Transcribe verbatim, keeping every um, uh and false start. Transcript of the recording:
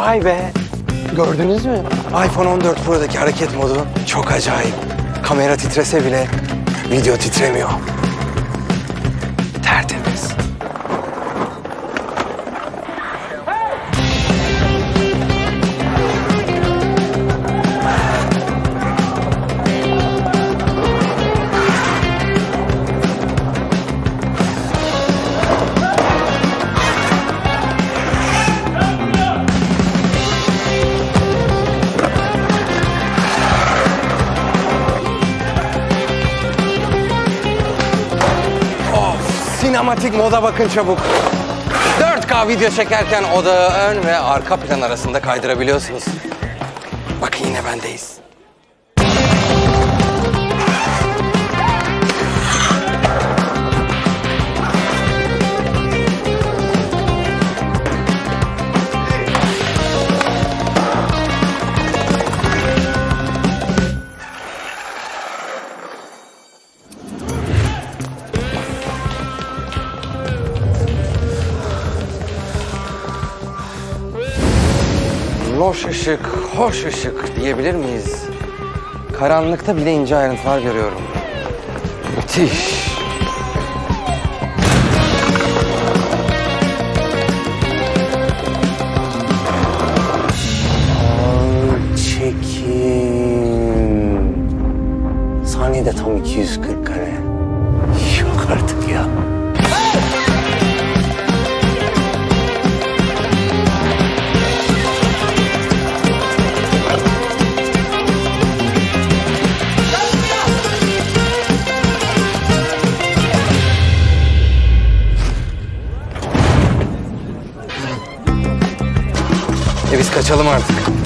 Vay be. Gördünüz mü? iPhone on dört Pro'daki hareket modu çok acayip. Kamera titrese bile video titremiyor. Tertemiz. Sinematik moda bakın çabuk. dört K video çekerken odağı ön ve arka plan arasında kaydırabiliyorsunuz. Bakın yine bendeyiz. Loş ışık, hoş ışık diyebilir miyiz? Karanlıkta bile ince ayrıntılar görüyorum. Müthiş. Al çekim. Saniyede tam iki yüz kırk kare. Yok artık ya. E biz kaçalım artık.